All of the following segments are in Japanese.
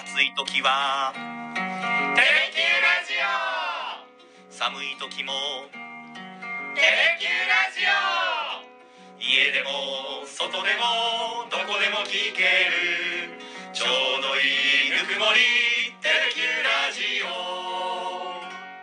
暑い時はテレキューラジオ、寒い時もテレキューラジオ、家でも外でもどこでも聞けるちょうどいいぬくもりテレキューラジオ。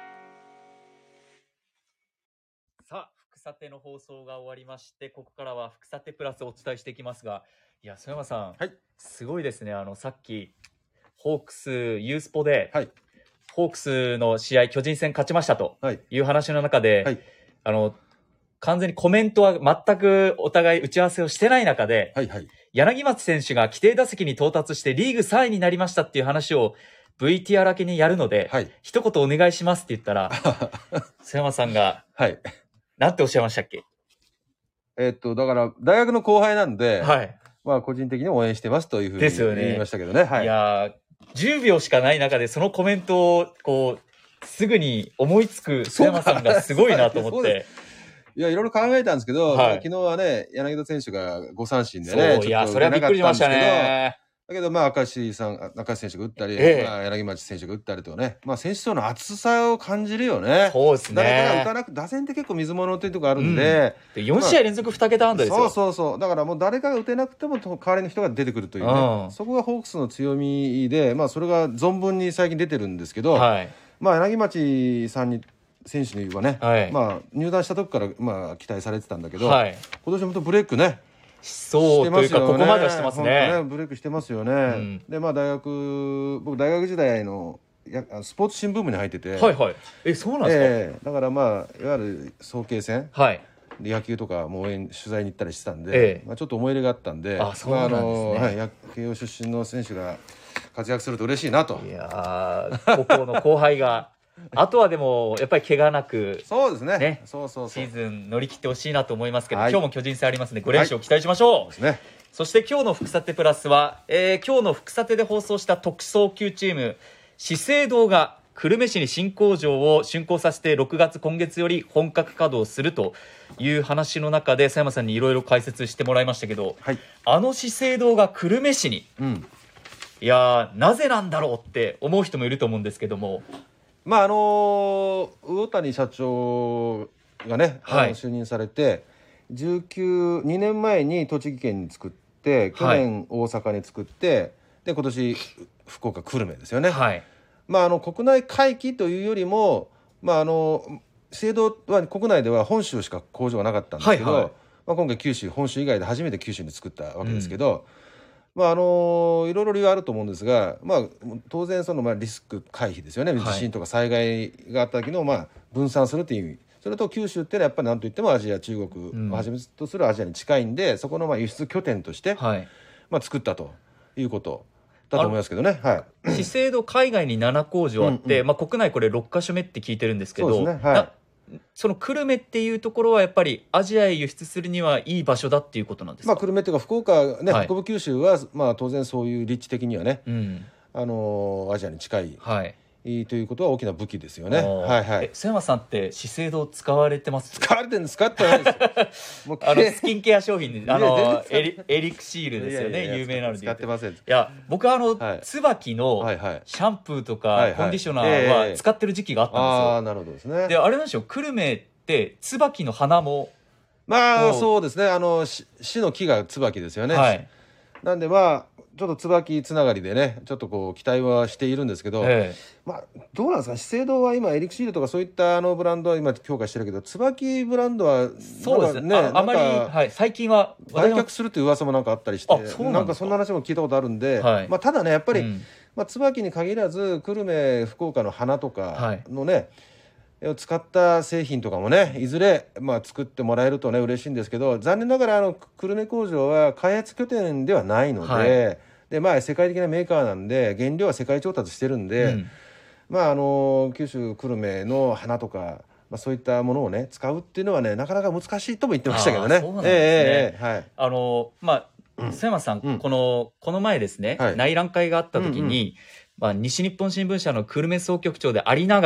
さあ、福さての放送が終わりまして、ここからは福さてプラスをお伝えしていきますが、いや、曽山さん、 はい、 すごいですね。さっきホークスユースポで、 はい、 ホークスの試合巨人戦勝ちましたとはい、 いう話の中で、 はい、 完全にコメントは全くお互い打ち合わせをしてない中で、 はい、はい。 柳町選手が規定打席に到達してリーグ3位になりましたっていう話を VTR 明けにやるので、 はい、 一言お願いしますって言ったら、曽山さんが、 はい。 なんておっしゃいましたっけ？ だから大学の後輩なんで、 はい。 まあ個人的に応援してますというふうにですよね言いましたけどね。はい。 いやー、10秒しかない中でそのコメントをこうすぐに思いつく曽山さんがすごいなと思って。 いや、いろいろ考えたんですけど、 はい、 昨日はね、柳田選手が5三振でね、 いや、それはびっくりしましたね。 だけど、まあ、明石選手が打ったり、まあ、柳町選手が打ったりとかね、まあ、選手層の厚さを感じるよね。 そうですね。 誰かが打たなく、打線って結構水物というところあるんで、 4試合連続2桁安打ですよ。 そう。だからもう誰かが打てなくても代わりの人が出てくるというね、そこがホークスの強みで、まあ、それが存分に最近出てるんですけど、 はい、 まあ、柳町選手はね、 はい、 まあ、入団した時から、まあ、期待されてたんだけど、 はい、 今年本当ブレイクね、 そうというか、ここまではしてますね。 ブレイクしてますよね。で、まあ、僕大学時代のスポーツ新聞部に入ってて、 はいはい。そうなんですか？ だからまあいわゆる早慶戦、 はい、 野球とかも取材に行ったりしてたんで、まあ、ちょっと思い入れがあったんで、 そうなんですね。 慶応出身の選手が活躍すると嬉しいなと。 いやー、高校の後輩があとはでもやっぱり怪我なく、 そうですね。そうシーズン乗り切ってほしいなと思いますけど、 はい、 今日も巨人戦ありますので5連勝期待しましょう。 そうですね。 そして今日の福さてプラスは、今日の福さてで放送した特殊早級チーム資生堂が久留米市に新工場を竣工させて6月今月より本格稼働するという話の中で佐山さんにいろいろ解説してもらいましたけど、 はい、 資生堂が久留米市に、いやなぜなんだろうって思う人もいると思うんですけども、 まあ魚谷社長がね、就任されて2年前に栃木県に作って去年大阪に作って、で今年福岡久留米ですよね。まあ国内回帰というよりも、まあ資生堂は国内では本州しか工場がなかったんですけど、まあ、今回本州以外で初めて九州に作ったわけですけど、まあいろいろ理由あると思うんですが、まあ、当然リスク回避ですよね。地震とか災害があった時の分散するという意味、それと九州っていうのはやっぱり何といってもアジア、中国をはじめとするアジアに近いんで、そこの輸出拠点として、作ったということだと思いますけどね。 資生堂海外に7工場あって、国内これ6カ所目って聞いてるんですけど、その久留米っていうところはやっぱりアジアへ輸出するにはいい場所だっていうことなんですか？ 久留米っていうか福岡ね、北部九州は当然そういう立地的にはね、アジアに近い、ということは大きな武器ですよね。 曽山さんって資生堂使われてます？ 使われてるんですかってないですよ。 スキンケア商品でエリクシールですよね、有名なので使ってません。いや僕椿のシャンプーとかコンディショナーは使ってる時期があったんですよ。 なるほどですね。 であれなんでしょう、久留米って椿の花もそうですね、市の木が椿ですよね。なんでちょっと椿つながりでね、ちょっとこう期待はしているんですけど、どうなんですか、資生堂は今エリクシールとかそういったブランドは今強化してるけど、椿ブランドはそうですね、あまり、最近は売却するという噂もなんかあったりして、なんかそんな話も聞いたことあるんで、ただねやっぱり、椿に限らず久留米福岡の花とかのね、を使った製品とかもね、いずれ作ってもらえるとね嬉しいんですけど、残念ながら久留米工場は開発拠点ではないので、世界的なメーカーなんで原料は世界調達してるんで、九州久留米の花とか、そういったものをね使うっていうのはねなかなか難しいとも言ってましたけどね。 そうなんですね。曽山さん、この前ですね、内覧会があった時に、西日本新聞社の久留米総局長でありながら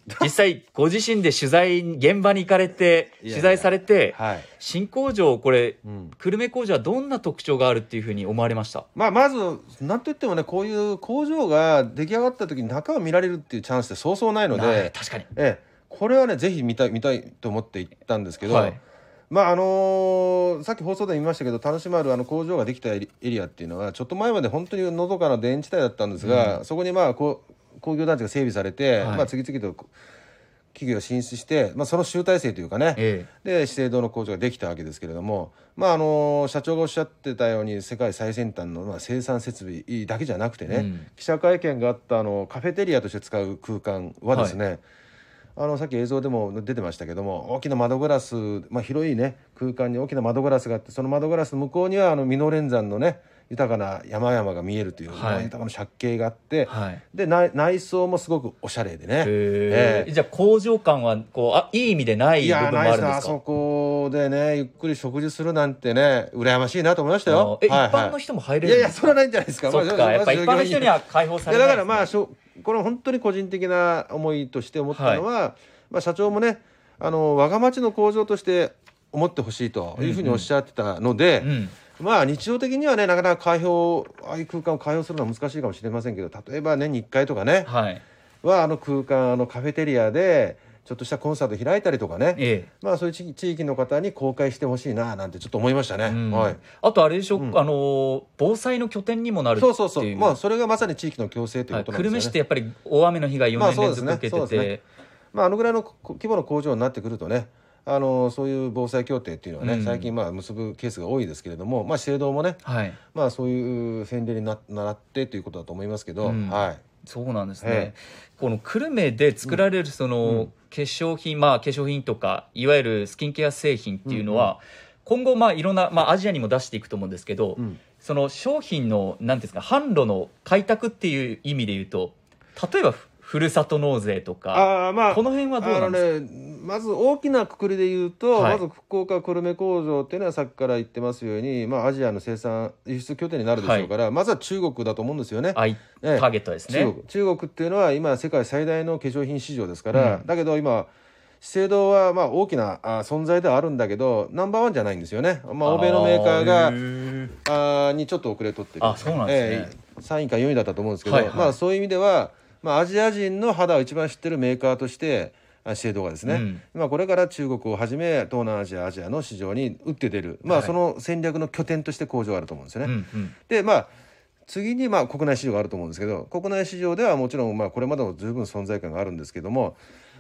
実際ご自身で現場に行かれて取材されて、 はい、 新工場これ、久留米工場はどんな特徴があるっていうふうに思われました？ まずなんといってもね、こういう工場が出来上がった時に中を見られるっていうチャンスってそうそうないので、 確かに、 これはねぜひ見たいと思って行ったんですけど、 はい、 さっき放送で言いましたけど、田主丸工場ができたエリアっていうのはちょっと前まで本当にのどかな田園地帯だったんですが、そこに工業団地が整備されて、次々と企業が進出して、その集大成というかね、で資生堂の工場ができたわけですけれども、社長がおっしゃってたように世界最先端の生産設備だけじゃなくてね、記者会見があったカフェテリアとして使う空間はですね、さっき映像でも出てましたけども、大きな窓ガラス、広いね空間に大きな窓ガラスがあって、その窓ガラスの向こうには美濃連山のね豊かな山々が見えるという、豊かな借景があって、で内装もすごくおしゃれでね、 じゃあ工場感はこういい意味でない部分もあるんですか？ あそこでねゆっくり食事するなんてね羨ましいなと思いましたよ。 一般の人も入れるんですか？ それはないんじゃないですか。 そっか、やっぱ一般の人には開放されないですね。 だからこれ本当に個人的な思いとして思ったのは、社長もね我が町の工場として思ってほしいというふうにおっしゃってたので、日常的にはねなかなかああいう空間を開放するのは難しいかもしれませんけど、例えば年に1回とかね、空間カフェテリアでちょっとしたコンサート開いたりとかね、そういう地域の方に公開してほしいななんてちょっと思いましたね。 あとあれでしょ、防災の拠点にもなるっていう。 そうそれがまさに地域の共生ということなんですよね。 久留米市ってやっぱり大雨の被害4年連続受けてて、 あのぐらいの規模の工場になってくるとね、そういう防災協定っていうのはね、最近結ぶケースが多いですけれども、資生堂もね、そういう先例に習ってということだと思いますけど、 そうなんですね。この久留米で作られるその化粧品、化粧品とかいわゆるスキンケア製品っていうのは、今後いろんな、アジアにも出していくと思うんですけど、その商品のなんていうんですか、販路の開拓っていう意味で言うと、例えばふるさと納税とか、この辺はどうなんですか？ まず大きな括りで言うと、まず福岡久留米工場っていうのはさっきから言ってますように、アジアの生産輸出拠点になるでしょうから、まずは中国だと思うんですよね。 ターゲットですね。 中国っていうのは今世界最大の化粧品市場ですから、だけど今資生堂は大きな存在ではあるんだけどナンバーワンじゃないんですよね。欧米のメーカーがにちょっと遅れとってる。 そうなんですね。 3位か4位だったと思うんですけど、そういう意味ではアジア人の肌を一番知ってるメーカーとして資生堂がですね、これから中国をはじめ東南アジア、アジアの市場に打って出る、その戦略の拠点として工場があると思うんですよね。で次に国内市場があると思うんですけど、国内市場ではもちろんこれまでも十分存在感があるんですけども、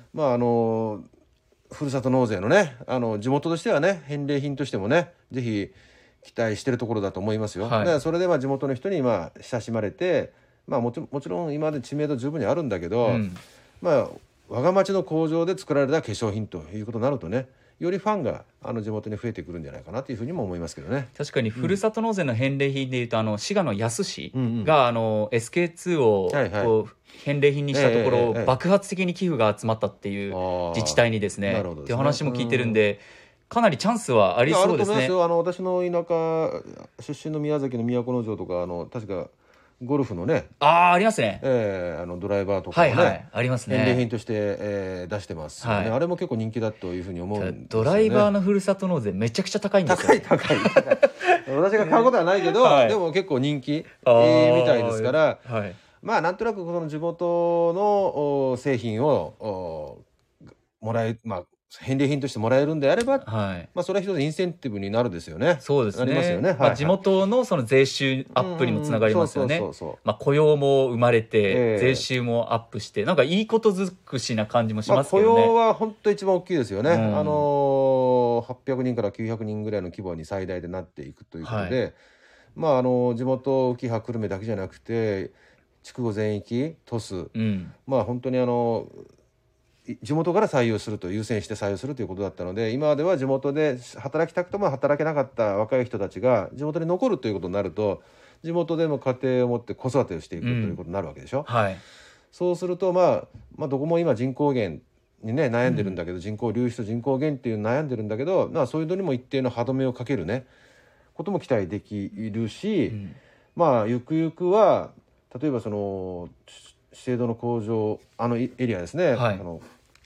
ふるさと納税のね地元としてはね返礼品としてもねぜひ期待してるところだと思いますよ。それで地元の人に親しまれて、もちろん今まで知名度十分にあるんだけど、我が町の工場で作られた化粧品ということになるとね、よりファンが地元に増えてくるんじゃないかなというふうにも思いますけどね。 確かにふるさと納税の返礼品でいうと、滋賀の野洲市がSK2 をこう返礼品にしたところ、爆発的に寄付が集まったっていう自治体にですねっていう話も聞いてるんで、かなりチャンスはありそうですね。 あると思いますよ。私の田舎出身の宮崎の都城とか確かゴルフのねありますね、 ドライバーとかもね、 ありますね。 返礼品として、出してますよね。あれも結構人気だというふうに思うんですよね。 ドライバーのふるさと納税めちゃくちゃ高いんですよ。 高い私が買うことはないけど、でも結構人気、みたいですから、なんとなくこの地元の製品をもらえ返礼品としてもらえるんであれば、それは一つインセンティブになるですよね。 そうですね。 なりますよね。 地元のその税収アップにもつながりますよね。雇用も生まれて、税収もアップして、なんかいいこと尽くしな感じもしますけどね。 雇用は本当一番大きいですよね。800人から900人ぐらいの規模に最大でなっていくということで、地元浮羽久留米だけじゃなくて筑後全域鳥栖、本当に地元から採用すると優先して採用するということだったので、今までは地元で働きたくても働けなかった若い人たちが地元に残るということになると、地元でも家庭を持って子育てをしていくということになるわけでしょ。そうするとどこも今人口減にね悩んでるんだけど、人口流出と人口減っていう悩んでるんだけど、そういうのにも一定の歯止めをかけるねことも期待できるし、ゆくゆくは例えばその資生堂の工場エリアですね、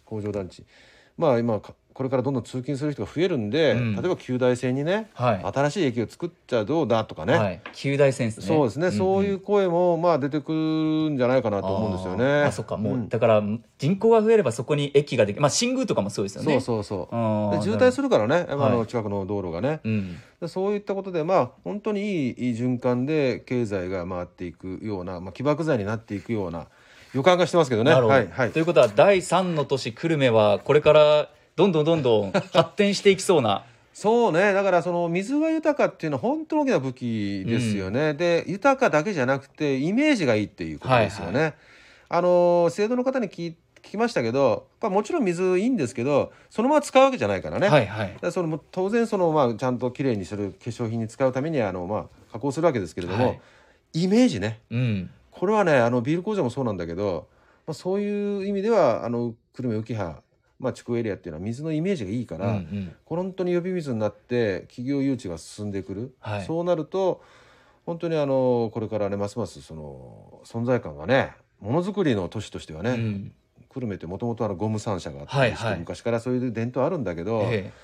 工場団地、まあ今これからどんどん通勤する人が増えるんで、例えば旧大線にね、新しい駅を作っちゃどうだとかね、 旧大線ですね。 そうですね、そういう声もまあ出てくるんじゃないかなと思うんですよね。 そっか、もうだから人口が増えればそこに駅ができる、新宮とかもそうですよね。 そうで渋滞するからね、近くの道路がね、そういったことで本当にいい循環で経済が回っていくような、起爆剤になっていくような予感がしてますけどね。 ということは第3の都市久留米はこれからどんどん発展していきそうな。 そうね、だからその水が豊かっていうのは本当に大きな武器ですよね。で豊かだけじゃなくてイメージがいいっていうことですよね。制度の方に聞きましたけど、もちろん水いいんですけどそのまま使うわけじゃないからね。だから当然ちゃんときれいにする化粧品に使うために加工するわけですけれども、イメージね、これはねビール工場もそうなんだけど、そういう意味では久留米浮葉地区エリアっていうのは水のイメージがいいから、本当に呼び水になって企業誘致が進んでくる、そうなると本当にこれからねますますその存在感がね、ものづくりの都市としてはね、久留米ってもともとゴム3社があったりして、昔からそういう伝統あるんだけど、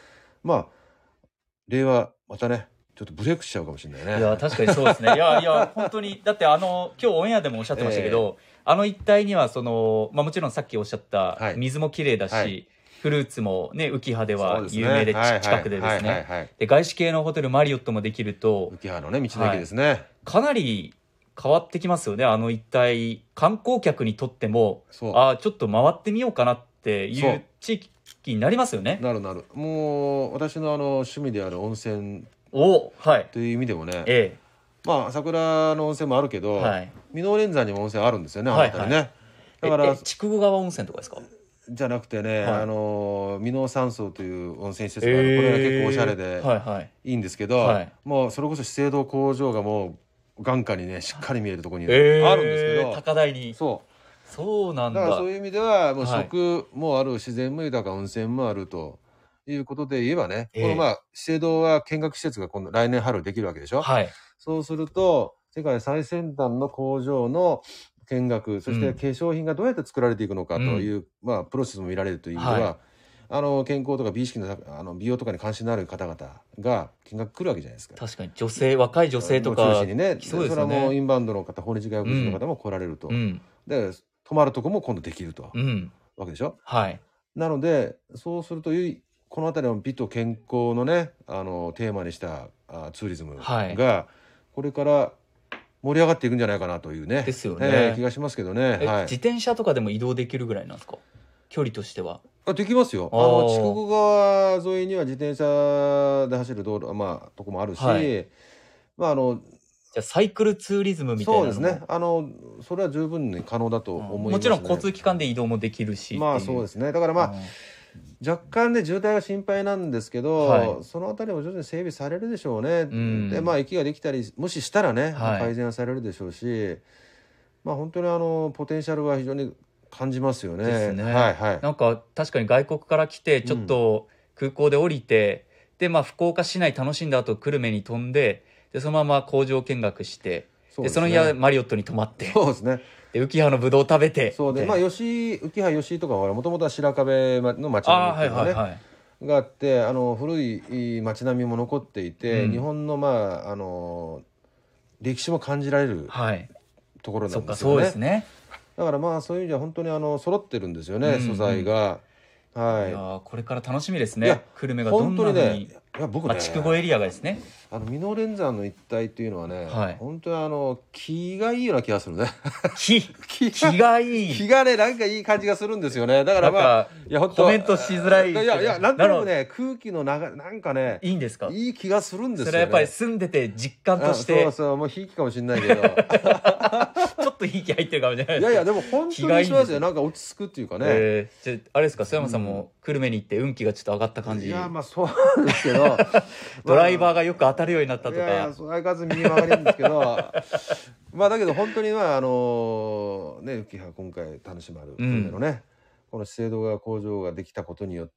令和またねちょっとブレイクしちゃうかもしれないね。 いや確かにそうですね。いや本当にだって今日オンエアでもおっしゃってましたけど、一帯にはもちろんさっきおっしゃった水もきれいだし、フルーツもね浮葉では有名で近くでですね、で外資系のホテルマリオットもできると浮葉のね道の駅ですね、 かなり変わってきますよね。一帯観光客にとってもちょっと回ってみようかなっていう地域になりますよね。 なるもう私の趣味である温泉という意味でもね、桜の温泉もあるけど、箕面連山にも温泉あるんですよね、だから筑後川温泉とかですか？ じゃなくてね、箕面山荘という温泉施設がある、これは結構おしゃれでいいんですけど、もうそれこそ資生堂工場がもう眼下にねしっかり見えるところにあるんですけど、 高台に。 そうなんだ。だからそういう意味ではもう食もある、自然も豊か、温泉もあるということで言えばね、この資生堂は見学施設が今度来年春できるわけでしょ。そうすると世界最先端の工場の見学、そして化粧品がどうやって作られていくのかという、プロセスも見られるという意味では、健康とか美意識の美容とかに関心のある方々が見学来るわけじゃないですか。 確かに若い女性とか中心にね、それはもうインバウンドの方、訪日外国人の方も来られると、で泊まるとこも今度できると、わけでしょ。なのでそうするとこの辺りの美と健康のねテーマにしたツーリズムがこれから盛り上がっていくんじゃないかなというね、 ですよね、 気がしますけどね。 自転車とかでも移動できるぐらいなんですか、距離としては？ できますよ。筑後川沿いには自転車で走る道路とこもあるし、じゃあサイクルツーリズムみたいなのも。 そうですね、それは十分に可能だと思いますね。 もちろん交通機関で移動もできるし、 そうですね。だから若干ね渋滞が心配なんですけど、そのあたりも徐々に整備されるでしょうね。で駅ができたりもししたらね、改善されるでしょうし、本当にポテンシャルは非常に感じますよね。ですね。 なんか確かに外国から来てちょっと空港で降りて、で福岡市内楽しんだ後久留米に飛んで、でそのまま工場見学して、でその日はマリオットに泊まって、 そうですね。 で浮葉のぶどう食べて、 そうで浮葉吉井とかはもともとは白壁の町並みっていうのがねがあって、古い町並みも残っていて、日本の歴史も感じられるところなんですよね。 そうですね。 だからそういう意味では本当に揃ってるんですよね、素材が。いやこれから楽しみですね。久留米がどんなふうに、 僕ね、 筑後エリアがですね、 箕面連山の一帯っていうのはね、本当に気がいいような気がするね。 気がいい。 気がねなんかいい感じがするんですよね。だからコメントしづらい。 なんとなくね空気のなんかねいいんですか。 いい気がするんですよね。 それはやっぱり住んでて実感として。 そうもうひいきかもしれないけど。 ちょっといい気入ってるかもしれないです。 でも本当にしますよ。なんか落ち着くっていうかね。 じゃあれですか、須山さんも久留米に行って運気がちょっと上がった感じ。 そうなんですけど、 ドライバーがよく当たるようになったとか。 相変わらず右曲がりなんですけど、だけど本当に浮葉今回楽しまる久留米のね、この資生堂川工場ができたことによって、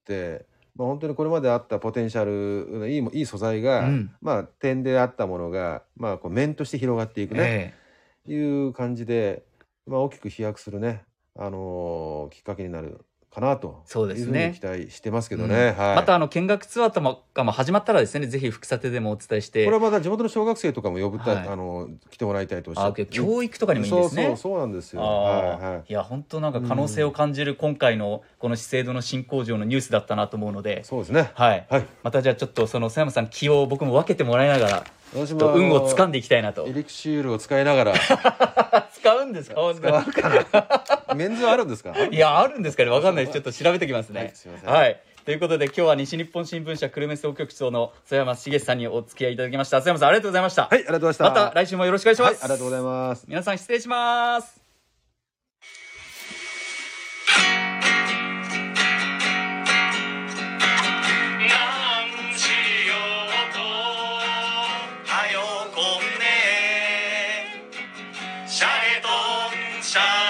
本当にこれまであったポテンシャルいい素材が、点であったものが面として広がっていくね。いう感じで、大きく飛躍するね、きっかけになるかなとそうですねいうふうに期待してますけどね、はい、 また見学ツアーとかも始まったらですね、ぜひ福さてでもお伝えして、 これはまた地元の小学生とかも呼ぶたい、 はい、 来てもらいたいとおっしゃって、 教育とかにもいいんですね。 そうなんですよ。はいはい、 いや本当なんか可能性を感じる今回のこの資生堂の新工場のニュースだったなと思うので、 そうですね、 はいはい、 またじゃあちょっとその佐山さん気を僕も分けてもらいながら私も運を掴んでいきたいなと。 エリクシールを使いながら使うんですか？ 使うかなメンズはあるんですか？ いやあるんですかね、分かんないです。ちょっと調べてきますね。 はい、すいません。 はい、ということで今日は西日本新聞社久留米総局長の曽山茂さんにお付き合いいただきました。曽山さんありがとうございました。 はい、ありがとうございました。 また来週もよろしくお願いします。 はい、ありがとうございます。 皆さん失礼します。 シャレとシャ